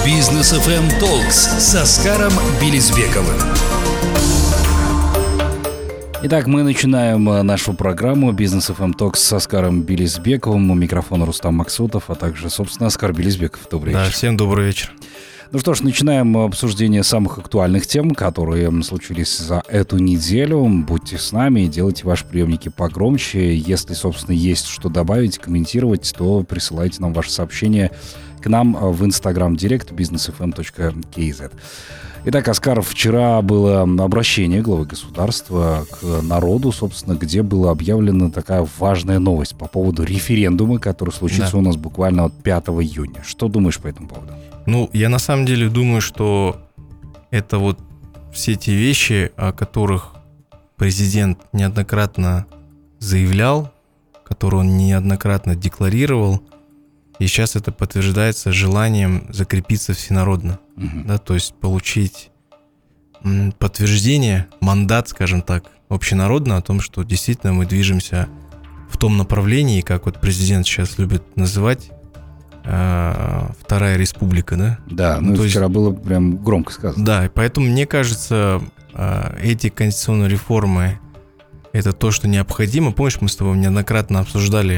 Бизнес FM Talks с Оскаром Белизбековым. Итак, мы начинаем нашу программу Бизнес FM Talks с Оскаром Белизбековым. У микрофона Рустам Максутов, а также, собственно, Оскар Белизбеков. Добрый вечер. Да, всем добрый вечер. Ну что ж, начинаем обсуждение самых актуальных тем, которые случились за эту неделю. Будьте с нами и делайте ваши приемники погромче. Если, собственно, есть что добавить, комментировать, то присылайте нам ваши сообщения к нам в Instagram-директ businessfm.kz. Итак, Оскар, вчера было обращение главы государства к народу, собственно, где была объявлена такая важная новость по поводу референдума, который случится у нас буквально от 5 июня. Что думаешь по этому поводу? Ну, я на самом деле думаю, что это вот все те вещи, о которых президент неоднократно заявлял, которые он неоднократно декларировал, и сейчас это подтверждается желанием закрепиться всенародно, да, то есть получить подтверждение, мандат, скажем так, общенародно о том, что действительно мы движемся в том направлении, как вот президент сейчас любит называть, Вторая республика, да? Да, ну вчера было прям громко сказано. Да, и поэтому, мне кажется, эти конституционные реформы – это то, что необходимо. Помнишь, мы с тобой неоднократно обсуждали,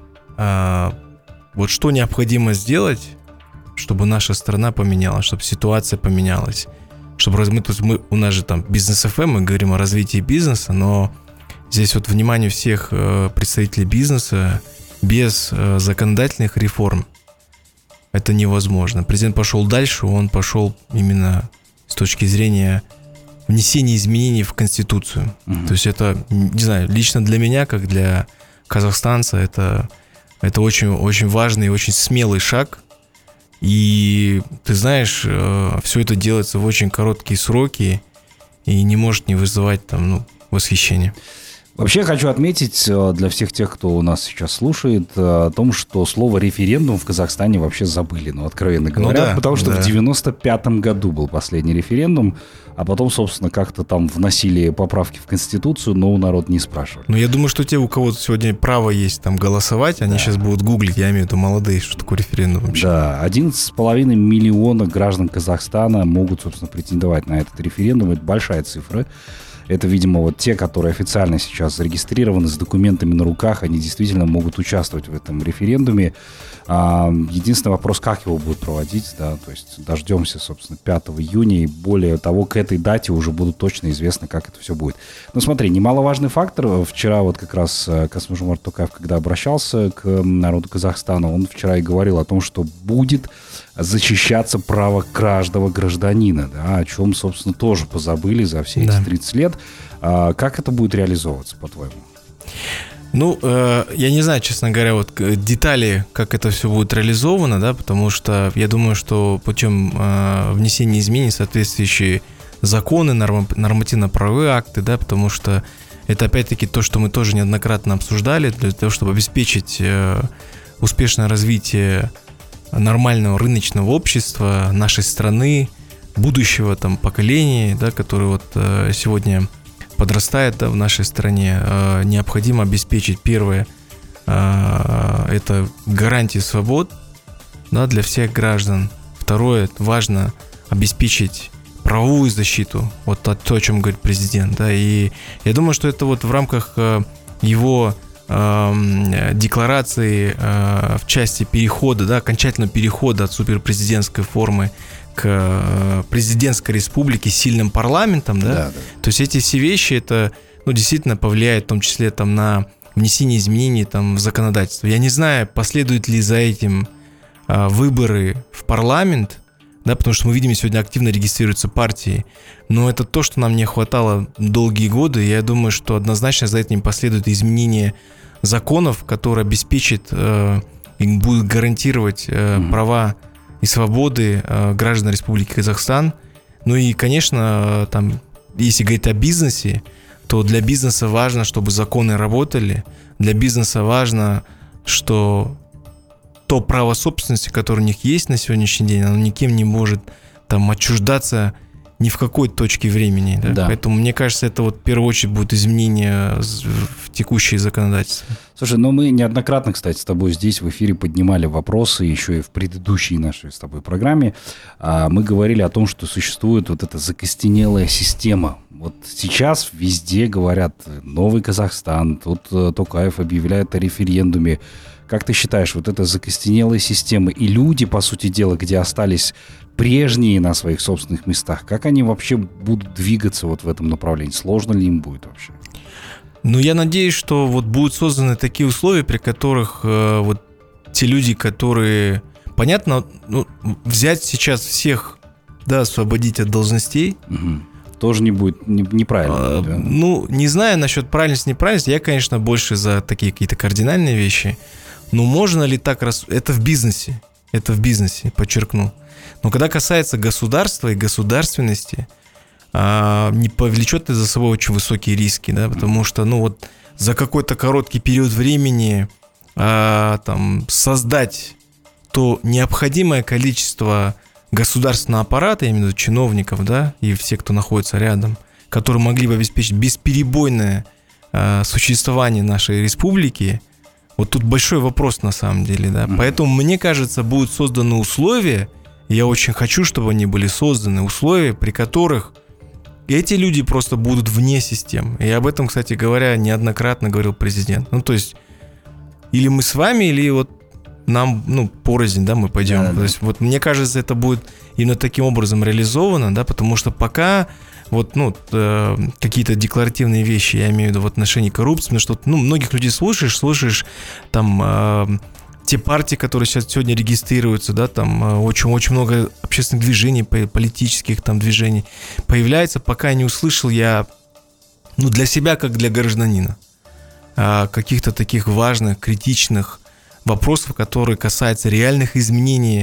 вот что необходимо сделать, чтобы наша страна поменялась, чтобы ситуация поменялась. Чтобы у нас же там Бизнес FM, мы говорим о развитии бизнеса, но здесь вот внимание всех представителей бизнеса, без законодательных реформ это невозможно. Президент пошел дальше, он пошел именно с точки зрения внесения изменений в Конституцию. То есть это, не знаю, лично для меня, как для казахстанца, это очень, очень важный и очень смелый шаг. И ты знаешь, все это делается в очень короткие сроки и не может не вызывать там, восхищения. Вообще хочу отметить для всех тех, кто у нас сейчас слушает, о том, что слово «референдум» в Казахстане вообще забыли, откровенно говоря, потому что в 95-м году был последний референдум, а потом, собственно, как-то там вносили поправки в Конституцию, но у народа не спрашивали. Я думаю, что те, у кого сегодня право есть там голосовать, они сейчас будут гуглить, я имею в виду молодые, что такое референдум вообще. Да, 11,5 миллиона граждан Казахстана могут, собственно, претендовать на этот референдум, это большая цифра. Это, видимо, вот те, которые официально сейчас зарегистрированы с документами на руках, они действительно могут участвовать в этом референдуме. Единственный вопрос, как его будут проводить, да, то есть дождемся, собственно, 5 июня, и более того, к этой дате уже будут точно известно, как это все будет. Но смотри, немаловажный фактор. Вчера вот как раз Касым-Жомарт Токаев, когда обращался к народу Казахстана, он вчера и говорил о том, что будет защищаться право каждого гражданина, да, о чем, собственно, тоже позабыли за все эти 30 лет. Как это будет реализовываться, по-твоему? Я не знаю, честно говоря, вот детали, как это все будет реализовано, да, потому что я думаю, что путем внесения изменений в соответствующие законы, нормативно-правовые акты, да, потому что это опять-таки то, что мы тоже неоднократно обсуждали, для того, чтобы обеспечить успешное развитие нормального рыночного общества нашей страны, будущего там поколения, да, которое вот сегодня подрастает, да, в нашей стране, необходимо обеспечить первое это гарантии свобод, да, для всех граждан. Второе, важно обеспечить правовую защиту, вот то, о чем говорит президент, да, и я думаю, что это вот в рамках его декларации в части перехода, да, окончательного перехода от суперпрезидентской формы к президентской республике с сильным парламентом, да? То есть эти все вещи, это действительно повлияет в том числе там, на внесение изменений там, в законодательство. Я не знаю, последуют ли за этим выборы в парламент, да, потому что мы видим, сегодня активно регистрируются партии, но это то, что нам не хватало долгие годы. Я думаю, что однозначно за этим последуют изменения законов, которые обеспечат и будут гарантировать права и свободы граждан Республики Казахстан. И, конечно, там, если говорить о бизнесе, то для бизнеса важно, чтобы законы работали. Для бизнеса важно, что то право собственности, которое у них есть на сегодняшний день, оно никем не может там отчуждаться ни в какой точке времени. Да? Да. Поэтому, мне кажется, это вот в первую очередь будет изменение в текущее законодательство. Слушай, мы неоднократно, кстати, с тобой здесь в эфире поднимали вопросы, еще и в предыдущей нашей с тобой программе. Мы говорили о том, что существует вот эта закостенелая система. Вот сейчас везде говорят «Новый Казахстан», тут Токаев объявляет о референдуме. Как ты считаешь, вот эта закостенелая система и люди, по сути дела, где остались прежние на своих собственных местах, как они вообще будут двигаться вот в этом направлении? Сложно ли им будет вообще? Я надеюсь, что вот будут созданы такие условия, при которых вот те люди, которые... Понятно, взять сейчас всех, да, освободить от должностей... Тоже не будет неправильно. Да? Не знаю насчет правильности, неправильности. Я, конечно, больше за такие какие-то кардинальные вещи. Но можно ли так... Это в бизнесе. Подчеркну. Но когда касается государства и государственности, не повлечет ли за собой очень высокие риски, да? Потому что, вот за какой-то короткий период времени создать то необходимое количество государственного аппарата, я имею в виду чиновников, да, и все, кто находится рядом, которые могли бы обеспечить бесперебойное существование нашей республики, вот тут большой вопрос на самом деле, да. Поэтому, мне кажется, будут созданы условия, и я очень хочу, чтобы они были созданы, условия, при которых эти люди просто будут вне системы. И об этом, кстати говоря, неоднократно говорил президент. То есть, или мы с вами, или вот нам, порознь, да, мы пойдем. Да. То есть, вот мне кажется, это будет именно таким образом реализовано, да, потому что пока вот, какие-то декларативные вещи, я имею в виду в отношении коррупции, потому что, многих людей слушаешь, там, те партии, которые сегодня регистрируются, да, там, очень много общественных движений, политических там движений появляется, пока не услышал я, для себя, как для гражданина, каких-то таких важных, критичных вопросов, которые касаются реальных изменений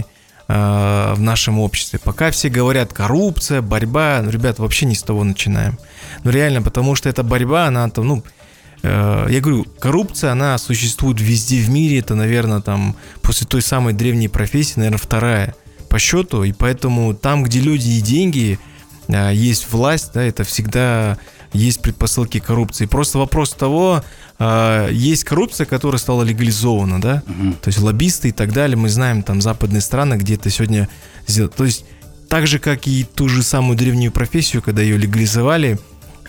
в нашем обществе. Пока все говорят коррупция, борьба, ребят, вообще не с того начинаем. Реально, потому что эта борьба, она там, я говорю, коррупция, она существует везде в мире, это, наверное, там, после той самой древней профессии, наверное, вторая по счету, и поэтому там, где люди и деньги, есть власть, да, это всегда есть предпосылки коррупции. Просто вопрос того, есть коррупция, которая стала легализована, да, то есть лоббисты и так далее, мы знаем там западные страны, где это сегодня сделано. То есть так же, как и ту же самую древнюю профессию, когда ее легализовали,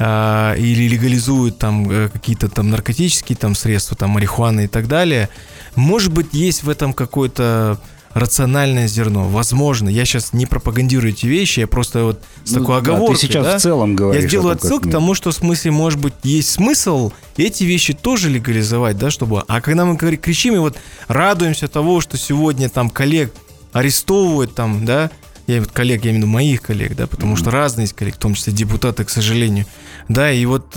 или легализуют там какие-то там наркотические там средства, там марихуана и так далее, может быть, есть в этом какое-то рациональное зерно. Возможно. Я сейчас не пропагандирую эти вещи, я просто вот с такой оговоркой. Ты сейчас в целом говоришь. Я сделаю отсылку к тому, что в смысле, может быть, есть смысл эти вещи тоже легализовать, да, чтобы... А когда мы кричим и вот радуемся того, что сегодня там коллег арестовывают там, да, я имею в виду моих коллег, да, потому что разные есть коллеги, в том числе депутаты, к сожалению. Да, и вот,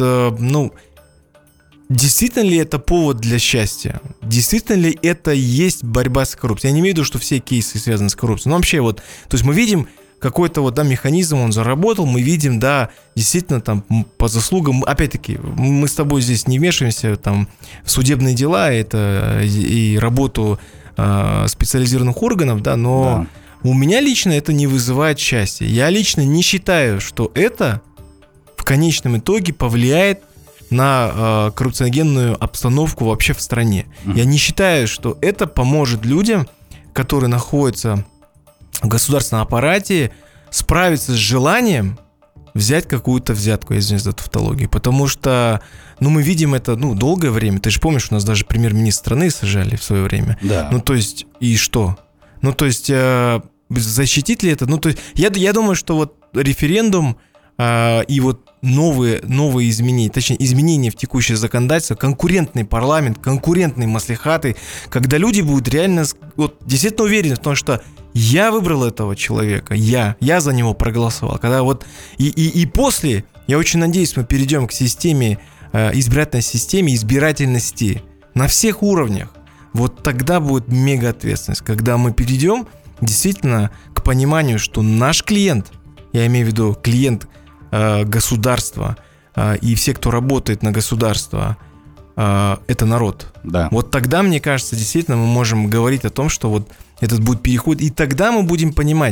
действительно ли это повод для счастья? Действительно ли это есть борьба с коррупцией? Я не имею в виду, что все кейсы связаны с коррупцией. Но вообще вот, то есть мы видим какой-то вот, да, механизм, он заработал, мы видим, да, действительно там по заслугам, опять-таки, мы с тобой здесь не вмешиваемся там в судебные дела, это и работу специализированных органов, да, но у меня лично это не вызывает счастья. Я лично не считаю, что это в конечном итоге повлияет на коррупционогенную обстановку вообще в стране. Я не считаю, что это поможет людям, которые находятся в государственном аппарате, справиться с желанием взять какую-то взятку, извиняюсь за тавтологию. Потому что, мы видим это, долгое время. Ты же помнишь, у нас даже премьер-министр страны сажали в свое время. Да. То есть, и что? Защитит ли это? То есть, я думаю, что вот референдум и вот новые изменения, точнее, изменения в текущее законодательство, конкурентный парламент, конкурентные маслихаты, когда люди будут реально вот, действительно уверены в том, что я выбрал этого человека, я за него проголосовал. Когда вот и после, я очень надеюсь, мы перейдем к системе, избирательной системе избирательности на всех уровнях. Вот тогда будет мега ответственность, когда мы перейдем действительно к пониманию, что наш клиент, я имею в виду клиент государства и все, кто работает на государство, это народ. Да. Вот тогда, мне кажется, действительно мы можем говорить о том, что вот этот будет переход, и тогда мы будем понимать,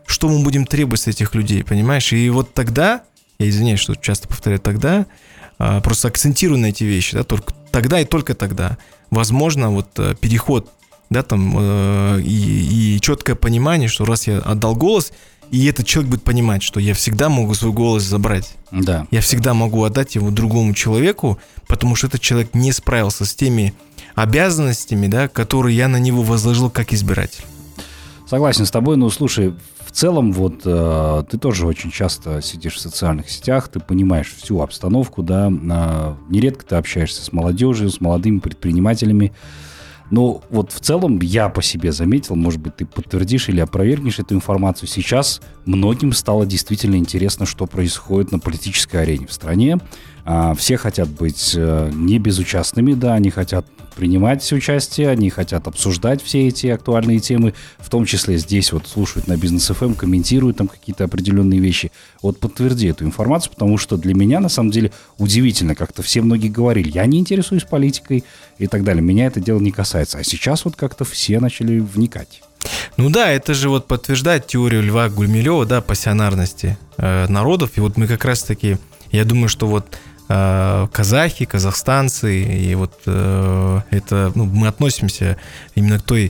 что мы будем требовать с этих людей, понимаешь? И вот тогда, я извиняюсь, что часто повторяю тогда, просто акцентирую на эти вещи, да, только тогда и только тогда возможно вот переход, да, там, и четкое понимание, что раз я отдал голос, и этот человек будет понимать, что я всегда могу свой голос забрать. Да. Я всегда могу отдать его другому человеку, потому что этот человек не справился с теми обязанностями, да, которые я на него возложил как избиратель. Согласен с тобой, но слушай, в целом вот ты тоже очень часто сидишь в социальных сетях, ты понимаешь всю обстановку, да, нередко ты общаешься с молодежью, с молодыми предпринимателями. Но вот в целом я по себе заметил, может быть, ты подтвердишь или опровергнешь эту информацию. Сейчас многим стало действительно интересно, что происходит на политической арене в стране. Все хотят быть не безучастными, да, они хотят принимать участие, они хотят обсуждать все эти актуальные темы, в том числе здесь вот слушают на Бизнес ФМ, комментируют там какие-то определенные вещи. Вот подтверди эту информацию, потому что для меня на самом деле удивительно, как-то все многие говорили, я не интересуюсь политикой и так далее, меня это дело не касается. А сейчас вот как-то все начали вникать. Ну да, это же вот подтверждает теорию Льва Гумилева, да, пассионарности народов. И вот мы как раз-таки, я думаю, что вот казахи, казахстанцы, и вот это, ну, мы относимся именно к той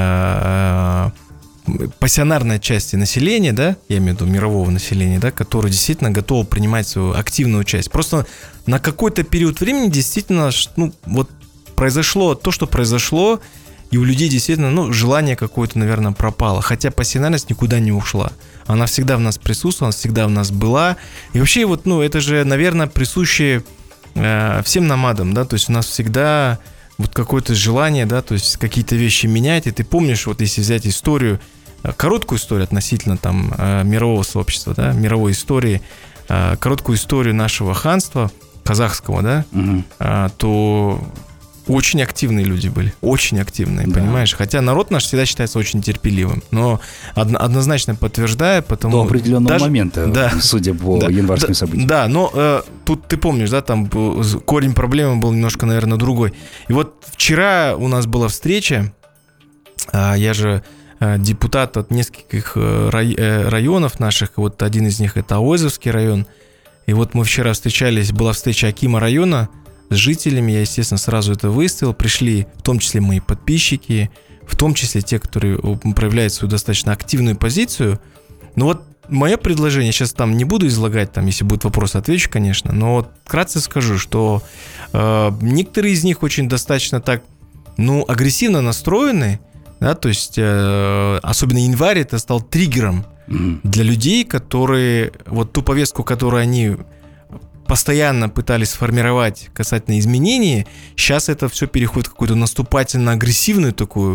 пассионарной части населения, да, я имею в виду мирового населения, да, которое действительно готово принимать свою активную часть. Просто на какой-то период времени действительно, ну, вот произошло то, что произошло, и у людей действительно, ну, желание какое-то, наверное, пропало. Хотя пассионарность никуда не ушла. Она всегда в нас присутствовала, она всегда в нас была. И вообще, вот, ну, это же, наверное, присуще всем номадам, да, то есть у нас всегда вот какое-то желание, да, то есть какие-то вещи менять. И ты помнишь, вот если взять историю, короткую историю относительно там мирового сообщества, да, мировой истории, короткую историю нашего ханства, казахского, да, то очень активные люди были, очень активные, да. Понимаешь? Хотя народ наш всегда считается очень терпеливым, но однозначно подтверждаю, потому... До определенного момента, да, судя по январским событиям. Да, но тут ты помнишь, да, там корень проблемы был немножко, наверное, другой. И вот вчера у нас была встреча, я же депутат от нескольких районов наших, вот один из них это Ауэзовский район, и вот мы вчера встречались, была встреча акима района, с жителями, я, естественно, сразу это выставил. Пришли в том числе мои подписчики, в том числе те, которые проявляют свою достаточно активную позицию. Но вот мое предложение, сейчас там не буду излагать, там, если будет вопрос, отвечу, конечно, но вот вкратце скажу, что некоторые из них очень достаточно так, ну, агрессивно настроены, да, то есть особенно январь это стал триггером для людей, которые вот ту повестку, которую они постоянно пытались сформировать касательно изменений, сейчас это все переходит в какую-то наступательно-агрессивную такую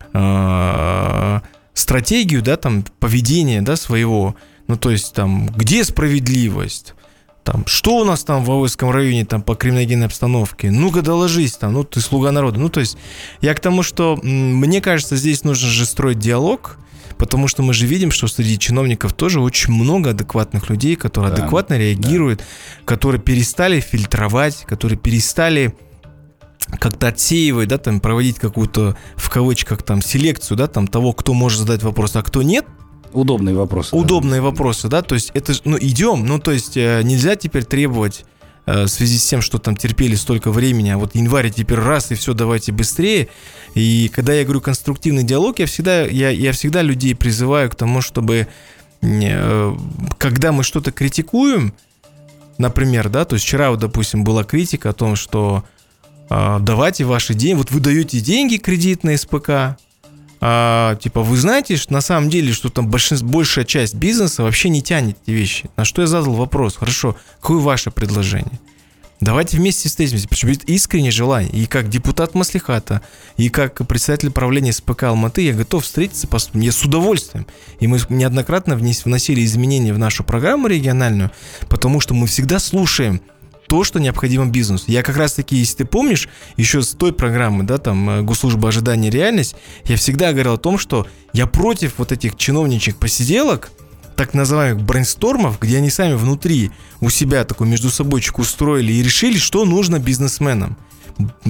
стратегию, да, там, поведения, да, своего. Ну, то есть, там, где справедливость? Там, что у нас там в Ауэзском районе там, по криминогенной обстановке? Ну-ка, доложись там, ну, ты слуга народа. Ну, то есть, я к тому, что, мне кажется, здесь нужно же строить диалог, потому что мы же видим, что среди чиновников тоже очень много адекватных людей, которые адекватно реагируют, которые перестали фильтровать, которые перестали как-то отсеивать, да, там, проводить какую-то, в кавычках, там, селекцию, да, там, того, кто может задать вопрос, а кто нет. Удобные вопросы. Удобные вопросы, да, то есть это, ну, идем, ну, то есть нельзя теперь требовать в связи с тем, что там терпели столько времени, а вот январь теперь раз, и все, давайте быстрее. И когда я говорю конструктивный диалог, я всегда людей призываю к тому, чтобы когда мы что-то критикуем, например, да, то есть вчера, вот, допустим, была критика о том, что давайте ваши деньги, вот вы даете деньги кредит на СПК, типа, вы знаете, что на самом деле, что там большая часть бизнеса вообще не тянет эти вещи. На что я задал вопрос: хорошо, какое ваше предложение? Давайте вместе встретимся, потому что искреннее желание. И как депутат Маслихата, и как председатель правления СПК Алматы я готов встретиться, я с удовольствием. И мы неоднократно вносили изменения в нашу программу региональную, потому что мы всегда слушаем то, что необходимо бизнесу. Я как раз-таки, если ты помнишь, еще с той программы, да, там, Госслужба ожидания реальность, я всегда говорил о том, что я против вот этих чиновничьих посиделок, так называемых брейнстормов, где они сами внутри у себя такой между собойчик устроили и решили, что нужно бизнесменам.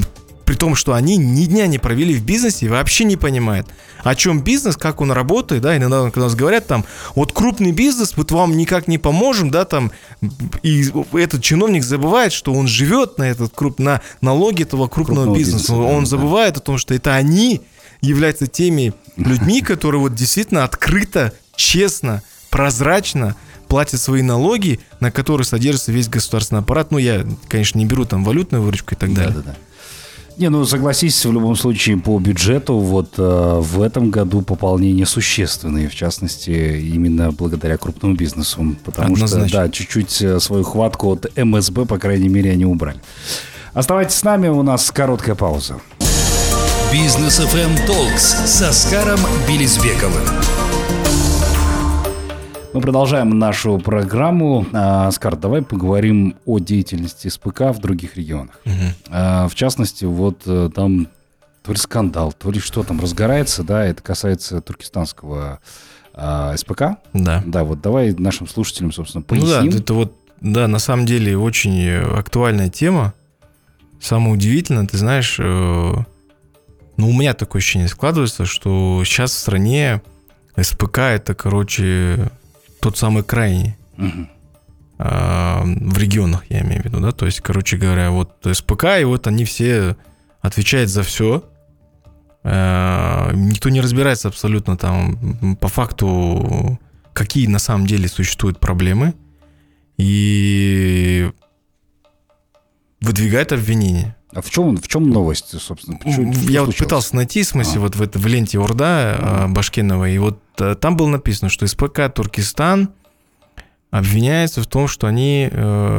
При том, что они ни дня не провели в бизнесе и вообще не понимают, о чем бизнес, как он работает, да, иногда, когда нас говорят, там, вот крупный бизнес, вот вам никак не поможем, да, там, и этот чиновник забывает, что он живет на на налоги этого крупного бизнеса, он забывает о том, что это они являются теми людьми, которые вот действительно открыто, честно, прозрачно платят свои налоги, на которые содержится весь государственный аппарат. Ну, я, конечно, не беру там валютную выручку и так далее. Да. Не, ну согласись, в любом случае по бюджету вот в этом году пополнения существенные, в частности, именно благодаря крупному бизнесу. Потому что, да, чуть-чуть свою хватку от МСБ, по крайней мере, они убрали. Оставайтесь с нами, у нас короткая пауза. Бизнес FM Talks с Оскаром Белизбековым. Мы продолжаем нашу программу. Оскар, давай поговорим о деятельности СПК в других регионах. В частности, вот там то ли скандал, то ли что там разгорается, да, это касается туркестанского СПК. Да. Да, вот давай нашим слушателям, собственно, поясним. Ну да, это вот, да, на самом деле очень актуальная тема. Самое удивительное, ты знаешь, у меня такое ощущение складывается, что сейчас в стране СПК это, короче, тот самый крайний в регионах, я имею в виду, да, то есть, короче говоря, вот СПК, и вот они все отвечают за все, никто не разбирается абсолютно там по факту, какие на самом деле существуют проблемы, и выдвигает обвинения. А в чем новость, собственно? Я вот пытался найти, в смысле, вот в ленте Орда Башкенова, и вот там было написано, что СПК Туркестан обвиняется в том, что они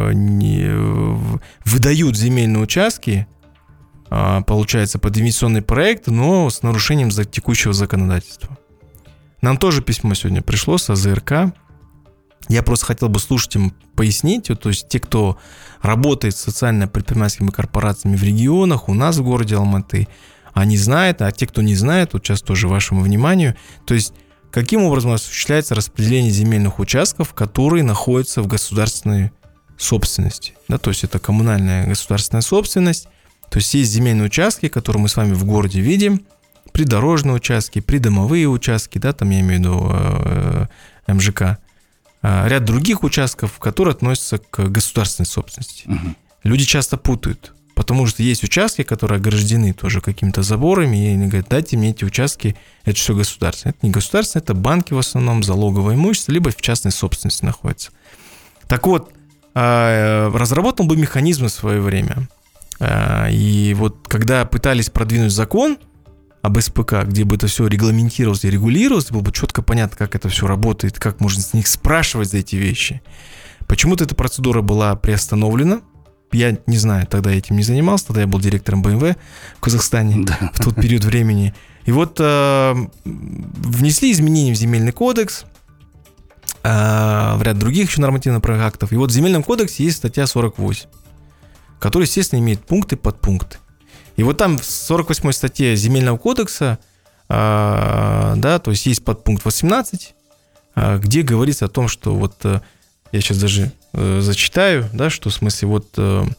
выдают земельные участки, получается, под инвестиционный проект, но с нарушением текущего законодательства. Нам тоже письмо сегодня пришло с АЗРК. Я просто хотел бы слушателям пояснить, то есть те, кто работает с социально-предпринимательскими корпорациями в регионах, у нас в городе Алматы, они знают, а те, кто не знает, вот сейчас тоже вашему вниманию, то есть каким образом осуществляется распределение земельных участков, которые находятся в государственной собственности. Да, то есть это коммунальная государственная собственность, то есть есть земельные участки, которые мы с вами в городе видим, придорожные участки, придомовые участки, да, там я имею в виду МЖК, ряд других участков, которые относятся к государственной собственности. Люди часто путают, потому что есть участки, которые ограждены тоже какими-то заборами, и они говорят, дайте мне эти участки, это все государственное. Это не государственное, это банки в основном, залоговое имущество, либо в частной собственности находится. Так вот, разработан был механизм в свое время. И вот когда пытались продвинуть закон об СПК, где бы это все регламентировалось и регулировалось, было бы четко понятно, как это все работает, как можно с них спрашивать за эти вещи. Почему-то эта процедура была приостановлена. Я не знаю, тогда я этим не занимался, тогда я был директором БМВ в Казахстане в тот период времени. И вот внесли изменения в Земельный кодекс, в ряд других еще нормативно-правовых актов. И вот в Земельном кодексе есть статья 48, которая, естественно, имеет пункты, подпункты. И вот там в 48-й статье Земельного кодекса, да, то есть есть подпункт 18, где говорится о том, что вот, я сейчас даже зачитаю, да, что в смысле вот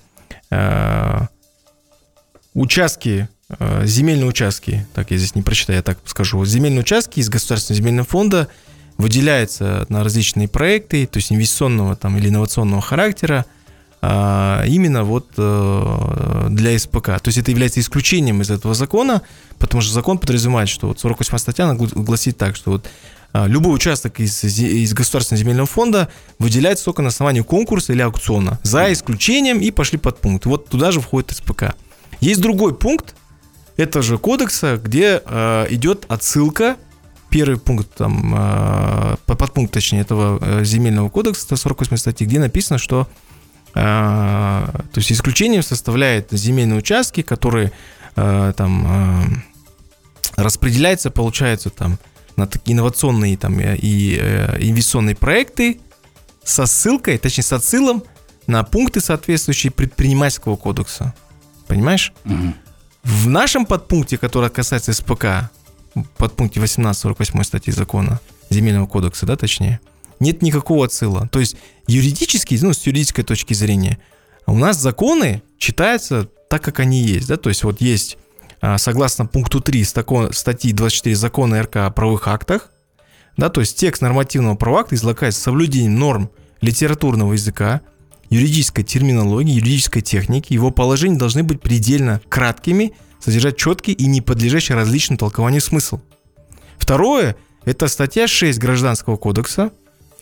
участки, земельные участки, так я здесь не прочитаю, я так скажу, вот земельные участки из Государственного земельного фонда выделяются на различные проекты, то есть инвестиционного там, или инновационного характера, именно вот для СПК. То есть это является исключением из этого закона, потому что закон подразумевает, что вот 48 статья она гласит так, что вот любой участок из Государственного земельного фонда выделяется только на основании конкурса или аукциона, за исключением, и пошли подпункты. Вот туда же входит СПК. Есть другой пункт этого же кодекса, где идет отсылка, первый пункт, там, подпункт, точнее, этого земельного кодекса, 48 статьи, где написано, что то есть исключением составляет земельные участки, которые там распределяются, получается, там, на такие инновационные там, и инвестиционные проекты со ссылкой, точнее, с отсылом на пункты, соответствующие предпринимательского кодекса. Понимаешь? В нашем подпункте, который касается СПК, подпункте 18-48 статьи закона, Земельного кодекса, да, точнее, нет никакого отсыла. То есть юридически, ну, с юридической точки зрения, у нас законы читаются так, как они есть, да, то есть вот есть, согласно пункту 3 статьи 24 Закона РК о правовых актах, да, то есть текст нормативного правового акта излагается с соблюдением норм литературного языка, юридической терминологии, юридической техники, его положения должны быть предельно краткими, содержать четкий и не подлежащий различному толкованию смысл. Второе, это статья 6 Гражданского кодекса,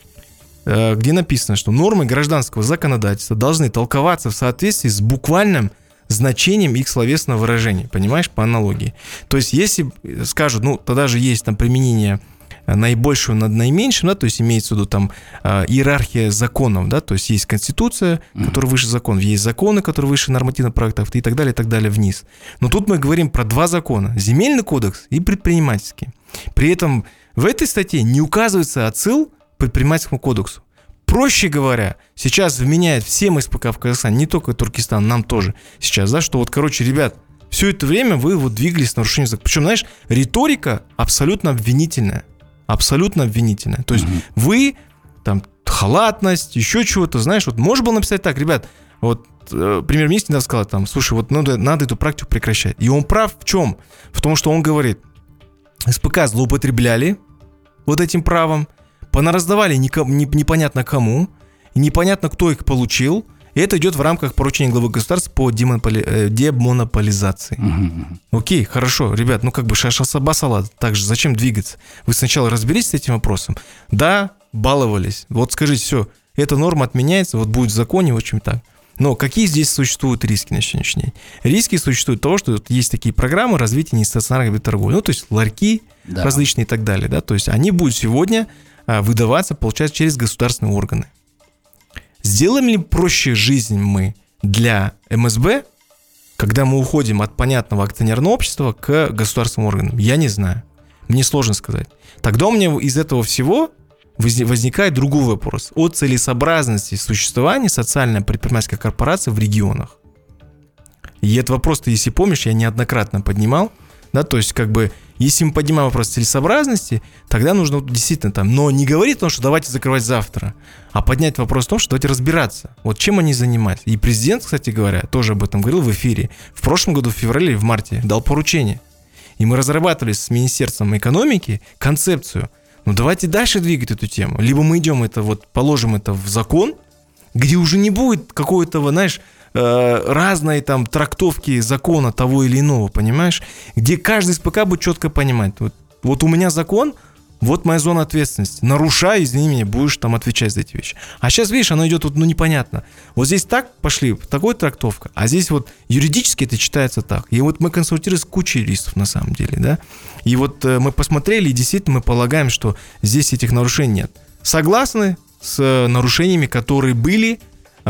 где написано, что нормы гражданского законодательства должны толковаться в соответствии с буквальным значением их словесного выражения, понимаешь, по аналогии. То есть, если скажут, ну, тогда же есть там применение наибольшего над наименьшим, да, то есть имеется в виду там иерархия законов, да, то есть есть Конституция, которая выше законов, есть законы, которые выше нормативно-правовых актов и так далее вниз. Но тут мы говорим про два закона: Земельный кодекс и предпринимательский. При этом в этой статье не указывается отсыл к предпринимательскому кодексу. Проще говоря, сейчас вменяет всем СПК в Казахстане, не только Туркестан, нам тоже сейчас, да, что вот, короче, ребят, все это время вы вот двигались в нарушении закона. Причем, знаешь, риторика абсолютно обвинительная. Абсолютно обвинительная. То есть вы, там, халатность, еще чего-то, знаешь, вот можно было написать так: ребят, вот премьер-министр недавно сказал, там, слушай, вот надо эту практику прекращать. И он прав в чем? В том, что он говорит, СПК злоупотребляли вот этим правом, понараздавали непонятно кому, и непонятно, кто их получил. И это идет в рамках поручения главы государства по демонополизации. Окей, хорошо, ребят, ну как бы шашасабасала, так же зачем двигаться? Вы сначала разберитесь с этим вопросом. Да, баловались. Вот скажите, все, эта норма отменяется, вот будет в законе, в общем так. Но какие здесь существуют риски на сегодняшний день? Риски существуют того, что есть такие программы развития нестационарной торговли, ну то есть ларьки различные и так далее, да, то есть они будут сегодня выдаваться, получается, через государственные органы. Сделаем ли проще жизнь мы для МСБ, когда мы уходим от понятного акционерного общества к государственным органам? Я не знаю. Мне сложно сказать. Тогда у меня из этого всего возникает другой вопрос о целесообразности существования социальной предпринимательской корпорации в регионах. И этот вопрос-то, если помнишь, я неоднократно поднимал, да, то есть как бы если мы поднимаем вопрос целесообразности, тогда нужно действительно там, но не говорить о том, что давайте закрывать завтра, а поднять вопрос о том, что давайте разбираться, вот чем они занимаются. И президент, кстати говоря, тоже об этом говорил в эфире. В прошлом году, в феврале или в марте, дал поручение. И мы разрабатывали с Министерством экономики концепцию. Ну давайте дальше двигать эту тему. Либо мы идем это вот, положим это в закон, где уже не будет какой-то, знаешь, разные там трактовки закона того или иного, понимаешь? Где каждый СПК будет четко понимать. Вот у меня закон, вот моя зона ответственности. Нарушай, извини меня, будешь там отвечать за эти вещи. А сейчас, видишь, оно идет вот, ну, непонятно. Вот здесь так пошли, такой трактовка, а здесь вот юридически это читается так. И вот мы консультировались с кучей юристов на самом деле, да? И вот мы посмотрели, и действительно мы полагаем, что здесь этих нарушений нет. Согласны с нарушениями, которые были,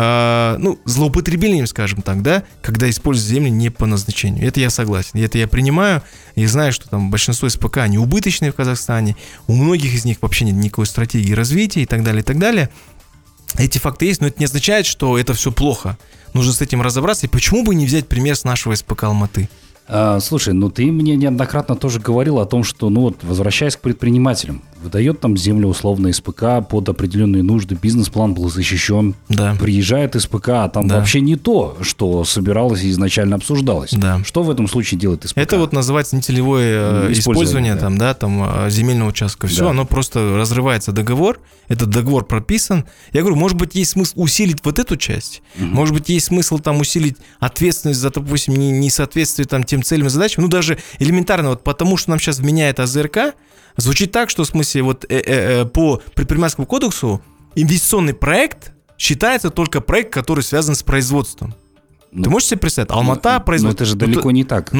злоупотреблением, скажем так, да, когда используют земли не по назначению. Это я согласен, это я принимаю, и знаю, что там большинство СПК, они убыточные в Казахстане, у многих из них вообще нет никакой стратегии развития и так далее, и так далее. Эти факты есть, но это не означает, что это все плохо. Нужно с этим разобраться, и почему бы не взять пример с нашего СПК Алматы? Слушай, ну ты мне неоднократно тоже говорил о том, что, ну вот, возвращаясь к предпринимателям, выдает там землю условно СПК под определенные нужды, бизнес-план был защищен, да. Приезжает СПК, а там вообще не то, что собиралось и изначально обсуждалось. Да. Что в этом случае делает СПК? Это вот называется нецелевое использование да. там земельного участка. Все, да. Оно просто разрывается договор, этот договор прописан. Я говорю, может быть, есть смысл усилить вот эту часть, может быть, есть смысл там усилить ответственность за, допустим, несоответствие там тем целям и задачам, ну даже элементарно, вот потому что нам сейчас вменяет АЗРК, звучит так, что в смысле вот по предпринимательскому кодексу инвестиционный проект считается только проект, который связан с производством. Ты можешь себе представить? Алмата производство. Но это же далеко не так.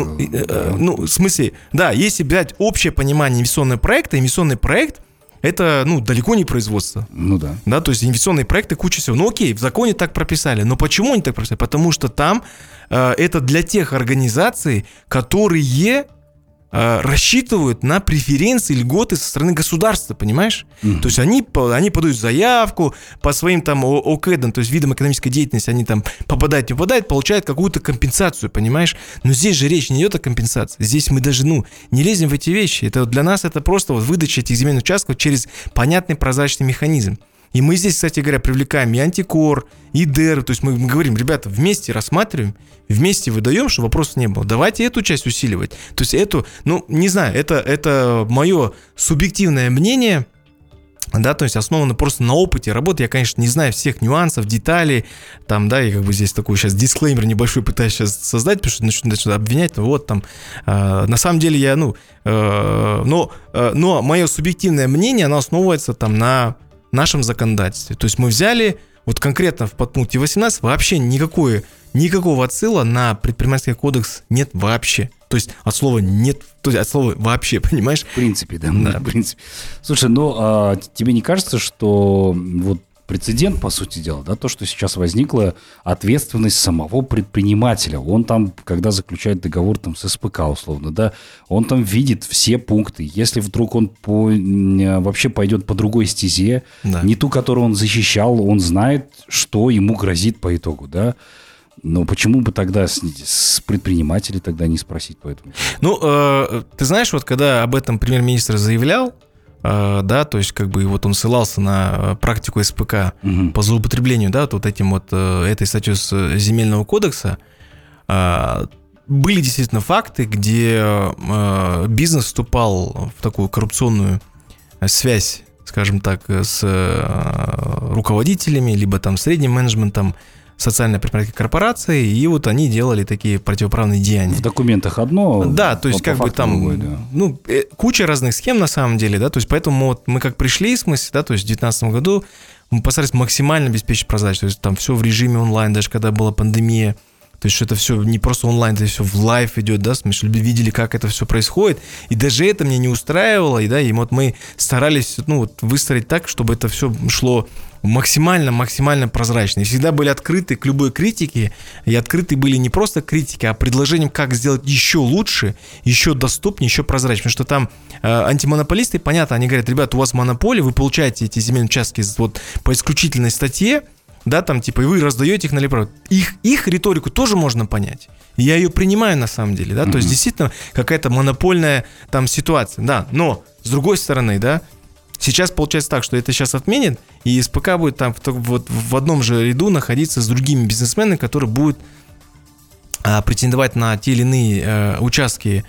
В смысле, да, если взять общее понимание инвестиционного проект это, далеко не производство. Да, то есть инвестиционные проекты куча всего. Ну окей, в законе так прописали. Но почему они так прописали? Потому что там это для тех организаций, которые рассчитывают на преференции, льготы со стороны государства, понимаешь? То есть они подают заявку по своим там ОКЭДам, то есть видам экономической деятельности, они там попадают, получают какую-то компенсацию, понимаешь? Но здесь же речь не идет о компенсации. Здесь мы даже, не лезем в эти вещи. Это для нас это просто вот выдача этих земельных участков через понятный прозрачный механизм. И мы здесь, кстати говоря, привлекаем и Антикор, и ДЭР. То есть мы говорим, ребята, вместе рассматриваем, вместе выдаем, чтобы вопросов не было. Давайте эту часть усиливать. То есть эту, не знаю, это мое субъективное мнение, да, то есть основано просто на опыте работы. Я, конечно, не знаю всех нюансов, деталей, там, да, и как бы здесь такой сейчас дисклеймер небольшой пытаюсь сейчас создать, потому что начнут обвинять, вот там, на самом деле я, но мое субъективное мнение, оно основывается там на нашем законодательстве. То есть мы взяли, вот конкретно в подпункте 18 вообще никакого отсыла на предпринимательский кодекс нет вообще. То есть от слова «нет», то есть от слова «вообще», понимаешь? В принципе, да. В принципе. Слушай, тебе не кажется, что вот прецедент, по сути дела, да, то, что сейчас возникла ответственность самого предпринимателя. Он там, когда заключает договор там, с СПК, условно, да, он там видит все пункты. Если вдруг он вообще пойдет по другой стезе, не ту, которую он защищал, он знает, что ему грозит по итогу, да. Но почему бы тогда с предпринимателей тогда не спросить по этому? Ты знаешь, вот когда об этом премьер-министр заявлял, да, то есть как бы вот он ссылался на практику СПК по злоупотреблению, да, вот этим вот этой статьей с Земельного кодекса, были действительно факты, где бизнес вступал в такую коррупционную связь, скажем так, с руководителями, либо там средним менеджментом социально-предпринимательской корпорации, и вот они делали такие противоправные деяния. В документах одно. Да, то есть как бы там, другое, да. Куча разных схем на самом деле, да, то есть поэтому вот мы как пришли, в смысле, да, то есть в 2019 году мы постарались максимально обеспечить прозрачность, то есть там все в режиме онлайн, даже когда была пандемия, то есть это все не просто онлайн, это все в лайв идет, да, в смысле, люди видели, как это все происходит, и даже это мне не устраивало, и да, и вот мы старались, выстроить так, чтобы это все шло максимально прозрачно. И всегда были открыты к любой критике, и открыты были не просто критики, а предложением, как сделать еще лучше, еще доступнее, еще прозрачнее. Потому что там антимонополисты, понятно, они говорят, ребята, у вас монополия, вы получаете эти земельные участки вот по исключительной статье, да, там, типа, и вы раздаете их налево. Их риторику тоже можно понять. Я ее принимаю на самом деле, да, то есть действительно какая-то монопольная там ситуация, да, но с другой стороны, да, сейчас получается так, что это сейчас отменят, и СПК будет там в одном же ряду находиться с другими бизнесменами, которые будут претендовать на те или иные участки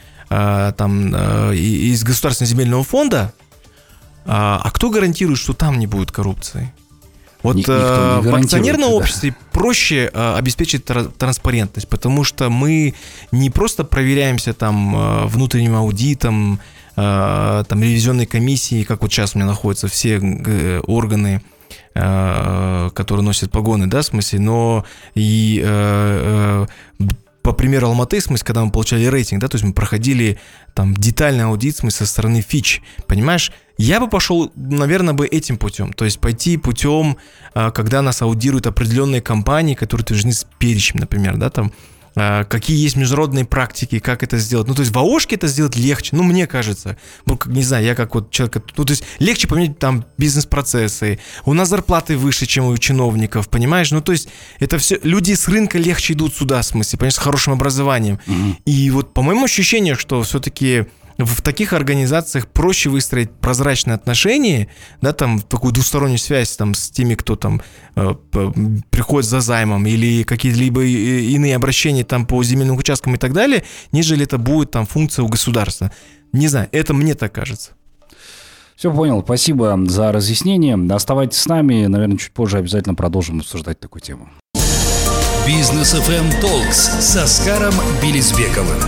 из Государственного земельного фонда. А кто гарантирует, что там не будет коррупции? Вот в акционерном обществе проще обеспечить транспарентность, потому что мы не просто проверяемся там внутренним аудитом, там ревизионной комиссии, как вот сейчас у меня находятся все органы, которые носят погоны, да, в смысле, но и по примеру Алматы, в смысле, когда мы получали рейтинг, да, то есть мы проходили там детальный аудит, в смысле, со стороны Fitch, понимаешь? Я бы пошел, наверное, этим путем, то есть пойти путем, когда нас аудируют определенные компании, которые утверждены с перечнем, например, да, там, какие есть международные практики, как это сделать. То есть в АОшке это сделать легче, мне кажется. Не знаю, я как вот человек... то есть легче поменять там бизнес-процессы. У нас зарплаты выше, чем у чиновников, понимаешь? То есть это все... Люди с рынка легче идут сюда, в смысле, понимаешь, с хорошим образованием. И вот по моему ощущению, что все-таки в таких организациях проще выстроить прозрачные отношения, да, там, такую двустороннюю связь там, с теми, кто там приходит за займом, или какие-либо иные обращения там, по земельным участкам и так далее, нежели это будет там, функция у государства. Не знаю, это мне так кажется. Все понял, спасибо за разъяснение. Оставайтесь с нами, наверное, чуть позже обязательно продолжим обсуждать такую тему. Бизнес FM Talks с Оскаром Белизбековым.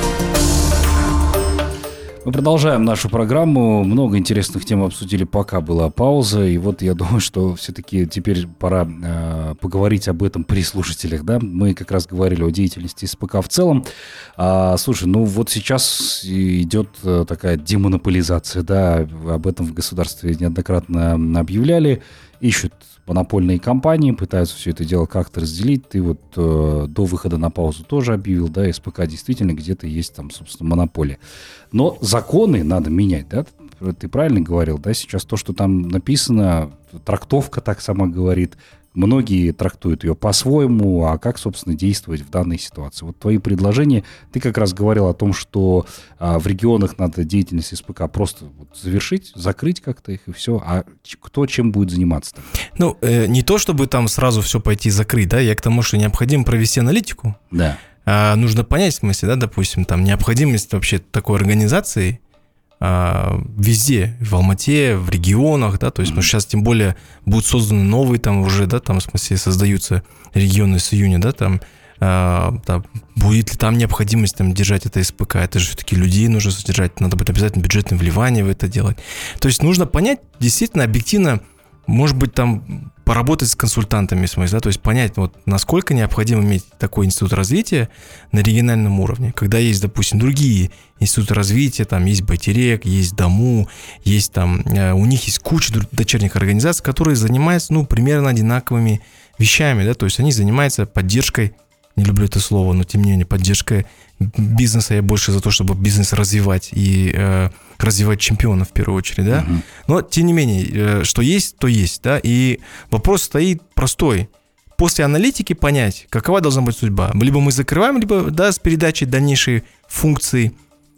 Мы продолжаем нашу программу. Много интересных тем обсудили, пока была пауза. И вот я думаю, что все-таки теперь пора поговорить об этом при слушателях. Да? Мы как раз говорили о деятельности СПК в целом. Слушай, вот сейчас идет такая демонополизация. Да? Об этом в государстве неоднократно объявляли. Ищут монопольные компании, пытаются все это дело как-то разделить. Ты вот до выхода на паузу тоже объявил, да, СПК действительно где-то есть там, собственно, монополия. Но законы надо менять, да? Ты правильно говорил, да? Сейчас то, что там написано, трактовка так сама говорит, Многие трактуют ее по-своему, а как, собственно, действовать в данной ситуации. Вот твои предложения. Ты как раз говорил о том, что в регионах надо деятельность СПК просто завершить, закрыть как-то их и все. А кто чем будет заниматься-то? Ну, не то, чтобы там сразу все пойти закрыть, да, я к тому, что необходимо провести аналитику. Да. Нужно понять, в смысле, да, допустим, там необходимость вообще такой организации везде, в Алмате, в регионах, да, то есть, потому что сейчас тем более будут созданы новые там уже, да, там, в смысле, создаются регионы с июня, да, там, будет ли там необходимость там держать это СПК, это же все-таки людей нужно содержать, надо будет обязательно бюджетное вливание в это делать. То есть нужно понять действительно объективно, может быть, там поработать с консультантами, в смысле, да, то есть понять, вот, насколько необходимо иметь такой институт развития на региональном уровне, когда есть, допустим, другие институты развития, там есть Байтерек, есть ДАМУ, есть там, у них есть куча дочерних организаций, которые занимаются, ну, примерно одинаковыми вещами, да, то есть они занимаются поддержкой, не люблю это слово, но тем не менее, поддержкой бизнеса, я больше за то, чтобы бизнес развивать и развивать чемпионов в первую очередь, да. Но, тем не менее, что есть, то есть, да. И вопрос стоит простой. После аналитики понять, какова должна быть судьба. Либо мы закрываем, либо, да, с передачей дальнейшей функции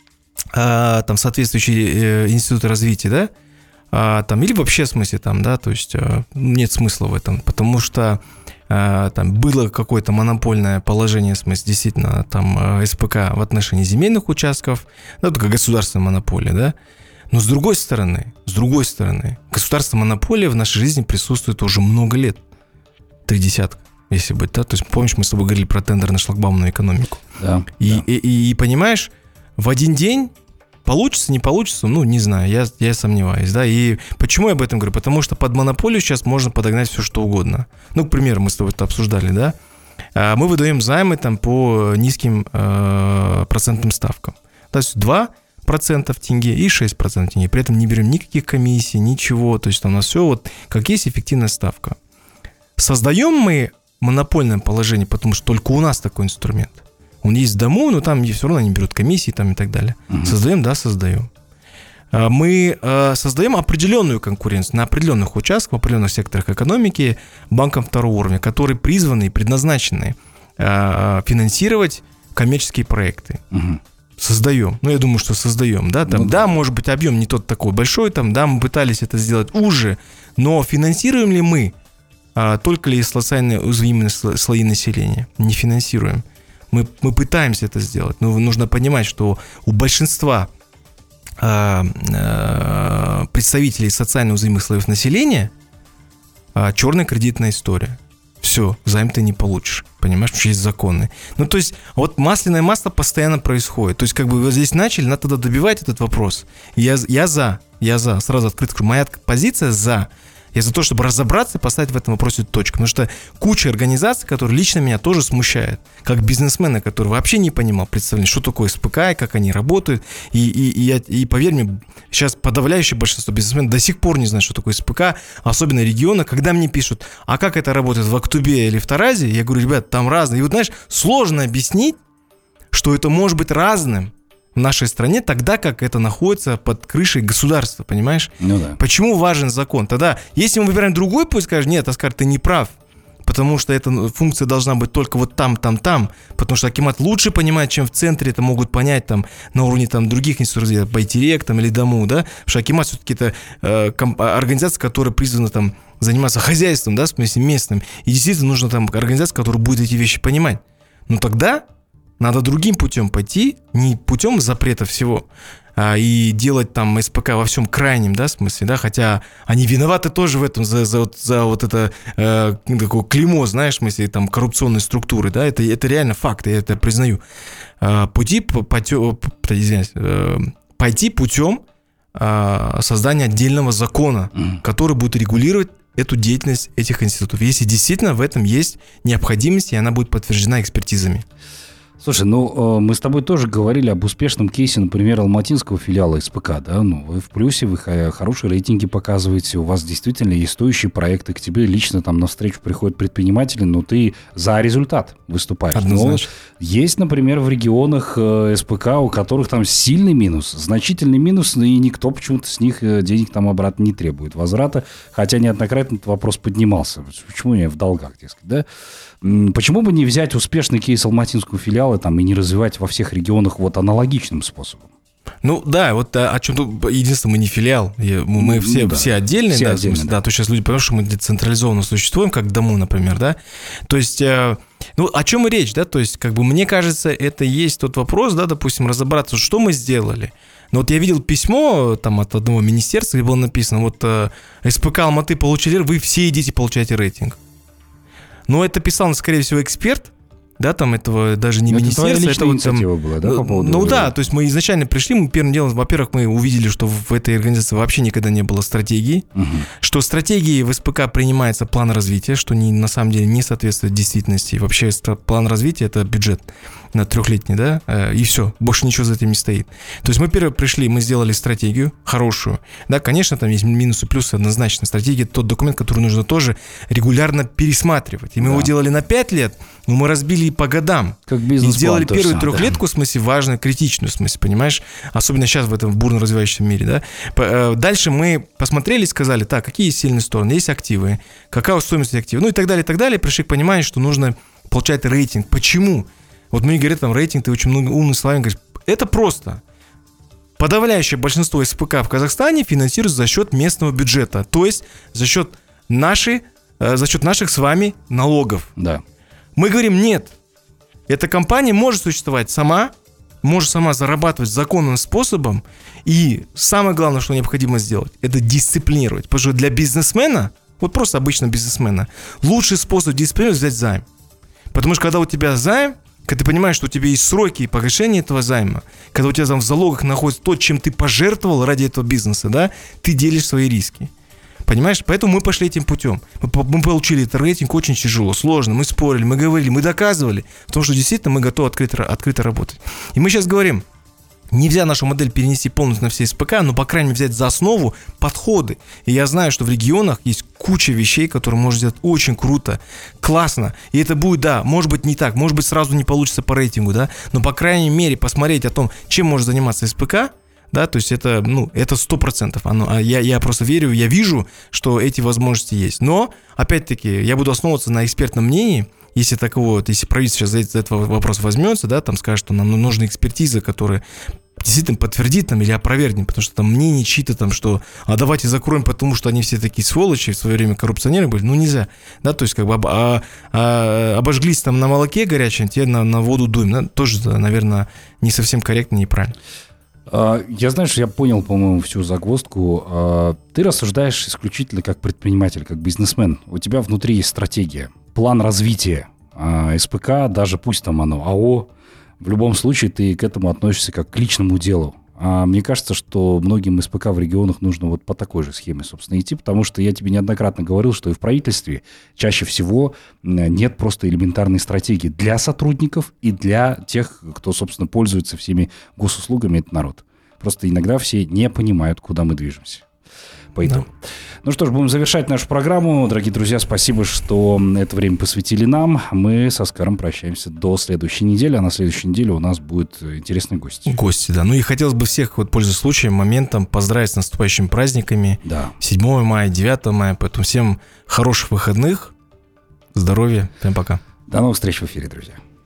там соответствующие институты развития, да, там, или вообще в смысле там, да, то есть нет смысла в этом, потому что там было какое-то монопольное положение, в смысле, действительно, там, СПК в отношении земельных участков, да, только государственная монополия, да, но с другой стороны, государственная монополия в нашей жизни присутствует уже много лет, 30, если быть, да, то есть, помнишь, мы с тобой говорили про тендерно-шлагбаумную экономику, да, и понимаешь, в один день получится, не получится, ну, не знаю, я сомневаюсь, да, и почему я об этом говорю? Потому что под монополию сейчас можно подогнать все, что угодно. Ну, к примеру, мы с тобой это обсуждали, да, мы выдаем займы там по низким процентным ставкам, то есть 2% тенге и 6% тенге, при этом не берем никаких комиссий, ничего, то есть там у нас все вот как есть эффективная ставка. Создаем мы монопольное положение, потому что только у нас такой инструмент. Он есть ДАМУ, но там все равно они берут комиссии там и так далее. Создаем, да, создаем. Мы создаем определенную конкуренцию на определенных участках, в определенных секторах экономики банкам второго уровня, которые призваны и предназначены финансировать коммерческие проекты. Создаем. Ну, я думаю, что создаем, да. Там, да, может быть, объем не тот такой большой, там, да, мы пытались это сделать уже, но финансируем ли мы только ли социально уязвимые слои населения? Не финансируем. Мы пытаемся это сделать, но нужно понимать, что у большинства представителей социально уязвимых слоев населения черная кредитная история. Все, займ ты не получишь, понимаешь, потому что есть законы. Ну, то есть, вот масляное масло постоянно происходит. То есть, как бы вот здесь начали, надо тогда добивать этот вопрос. Я за, сразу открыто скажу, моя позиция за. Я за то, чтобы разобраться и поставить в этом вопросе точку. Потому что куча организаций, которые лично меня тоже смущают. Как бизнесмена, который вообще не понимал представление, что такое СПК, и как они работают. И поверь мне, сейчас подавляющее большинство бизнесменов до сих пор не знают, что такое СПК, особенно региона. Когда мне пишут, а как это работает в Актубе или в Таразе, я говорю, ребят, там разное. И вот, знаешь, сложно объяснить, что это может быть разным в нашей стране, тогда как это находится под крышей государства, понимаешь? Ну да. Почему важен закон? Тогда, если мы выбираем другой путь, скажешь, нет, Оскар, ты не прав, потому что эта функция должна быть только вот там, потому что акимат лучше понимает, чем в центре, это могут понять там на уровне там других институтов, Байтерек там или ДАМУ, да, потому что акимат все-таки это организация, которая призвана там заниматься хозяйством, да, в смысле местным, и действительно нужна там организация, которая будет эти вещи понимать. Но тогда надо другим путем пойти, не путем запрета всего, и делать там СПК во всем крайнем, да, смысле, да, хотя они виноваты тоже в этом за вот это такое клеймо, знаешь, в смысле, там, коррупционной структуры, да, это реально факт, я это признаю. Пойти путем создания отдельного закона, который будет регулировать эту деятельность этих институтов, если действительно в этом есть необходимость, и она будет подтверждена экспертизами. Слушай, ну, мы с тобой тоже говорили об успешном кейсе, например, алматинского филиала СПК, да? Ну, вы в плюсе, вы хорошие рейтинги показываете, у вас действительно есть стоящие проекты, к тебе лично там навстречу приходят предприниматели, но ты за результат выступаешь. Однозначно. Но есть, например, в регионах СПК, у которых там сильный минус, значительный минус, и никто почему-то с них денег там обратно не требует возврата, хотя неоднократно этот вопрос поднимался. Почему я в долгах, дескать, да? Почему бы не взять успешный кейс алматинского филиала там, и не развивать во всех регионах вот аналогичным способом? Ну да, вот о чем тут единственное, мы не филиал, мы все отдельные, все да, отдельно, в смысле, да, то сейчас люди понимают, что мы децентрализованно существуем, как Дому, например, да, то есть, ну, о чем и речь, да, то есть, как бы, мне кажется, это есть тот вопрос, да, допустим, разобраться, что мы сделали. Но вот я видел письмо там от одного министерства, где было написано, вот СПК Алматы получили, вы все идите получайте рейтинг. Но это писал, скорее всего, эксперт, да, там этого даже не министерство, это вот там, была, да, по поводу... Ну да, то есть мы изначально пришли, мы первым делом, во-первых, мы увидели, что в этой организации вообще никогда не было стратегии, что стратегии в СПК принимается план развития, что на самом деле не соответствует действительности. И вообще план развития – это бюджет на трехлетний, да, и все, больше ничего за этим не стоит. То есть мы первые пришли, мы сделали стратегию хорошую, да, конечно, там есть минусы, плюсы однозначно. Стратегия – это тот документ, который нужно тоже регулярно пересматривать. И мы его делали на 5 лет, но мы разбили по годам. Как бизнес-план. И сделали первую трехлетку, в смысле, важную, критичную, в смысле, понимаешь? Особенно сейчас в этом бурно развивающемся мире, да. Дальше мы посмотрели и сказали, так, какие есть сильные стороны, есть активы, какая стоимость активов, ну и так далее, пришли к пониманию, что нужно получать рейтинг. Почему? Вот мне говорят, там, рейтинг, ты очень много умных словами говоришь. Это просто. Подавляющее большинство СПК в Казахстане финансируется за счет местного бюджета, то есть за счет наших с вами налогов. Да. Мы говорим, нет, эта компания может существовать сама, может сама зарабатывать законным способом, и самое главное, что необходимо сделать, это дисциплинировать. Потому что для бизнесмена, вот просто обычного бизнесмена, лучший способ дисциплинировать – взять займ. Потому что когда у тебя займ, когда ты понимаешь, что у тебя есть сроки и погашения этого займа, когда у тебя там в залогах находится то, чем ты пожертвовал ради этого бизнеса, да, ты делишь свои риски. Понимаешь? Поэтому мы пошли этим путем. Мы получили этот рейтинг очень тяжело, сложно. Мы спорили, мы говорили, мы доказывали в том, что действительно мы готовы открыто работать. И мы сейчас говорим, нельзя нашу модель перенести полностью на все СПК, но, по крайней мере, взять за основу подходы. И я знаю, что в регионах есть куча вещей, которые можно сделать очень круто, классно. И это будет, да, может быть, не так, может быть, сразу не получится по рейтингу, да, но, по крайней мере, посмотреть о том, чем может заниматься СПК, да, то есть это, ну, это 100%. Я просто верю, я вижу, что эти возможности есть. Но, опять-таки, я буду основываться на экспертном мнении. Если если правительство сейчас за этот вопрос возьмется, да, там скажет, что нам нужна экспертиза, которая действительно подтвердит там или опровергнет, потому что там мнение чьи-то там, что давайте закроем, потому что они все такие сволочи, в свое время коррупционеры были, ну нельзя, да, то есть как бы обожглись там на молоке горячем, те на воду дуем, да? Тоже, наверное, не совсем корректно, неправильно. Я, знаешь, я понял, по-моему, всю загвоздку. Ты рассуждаешь исключительно как предприниматель, как бизнесмен. У тебя внутри есть стратегия, план развития СПК, даже пусть там оно АО. В любом случае ты к этому относишься как к личному делу. Мне кажется, что многим СПК в регионах нужно вот по такой же схеме, собственно, идти, потому что я тебе неоднократно говорил, что и в правительстве чаще всего нет просто элементарной стратегии для сотрудников и для тех, кто, собственно, пользуется всеми госуслугами, это народ. Просто иногда все не понимают, куда мы движемся. По итогу. Да. Ну что ж, будем завершать нашу программу. Дорогие друзья, спасибо, что это время посвятили нам. Мы с Оскаром прощаемся до следующей недели, а на следующей неделе у нас будет интересный гость. Гости, да. Ну и хотелось бы всех, вот, пользуясь случаем, моментом, поздравить с наступающими праздниками. Да. 7 мая, 9 мая. Поэтому всем хороших выходных, здоровья. Всем пока. До новых встреч в эфире, друзья.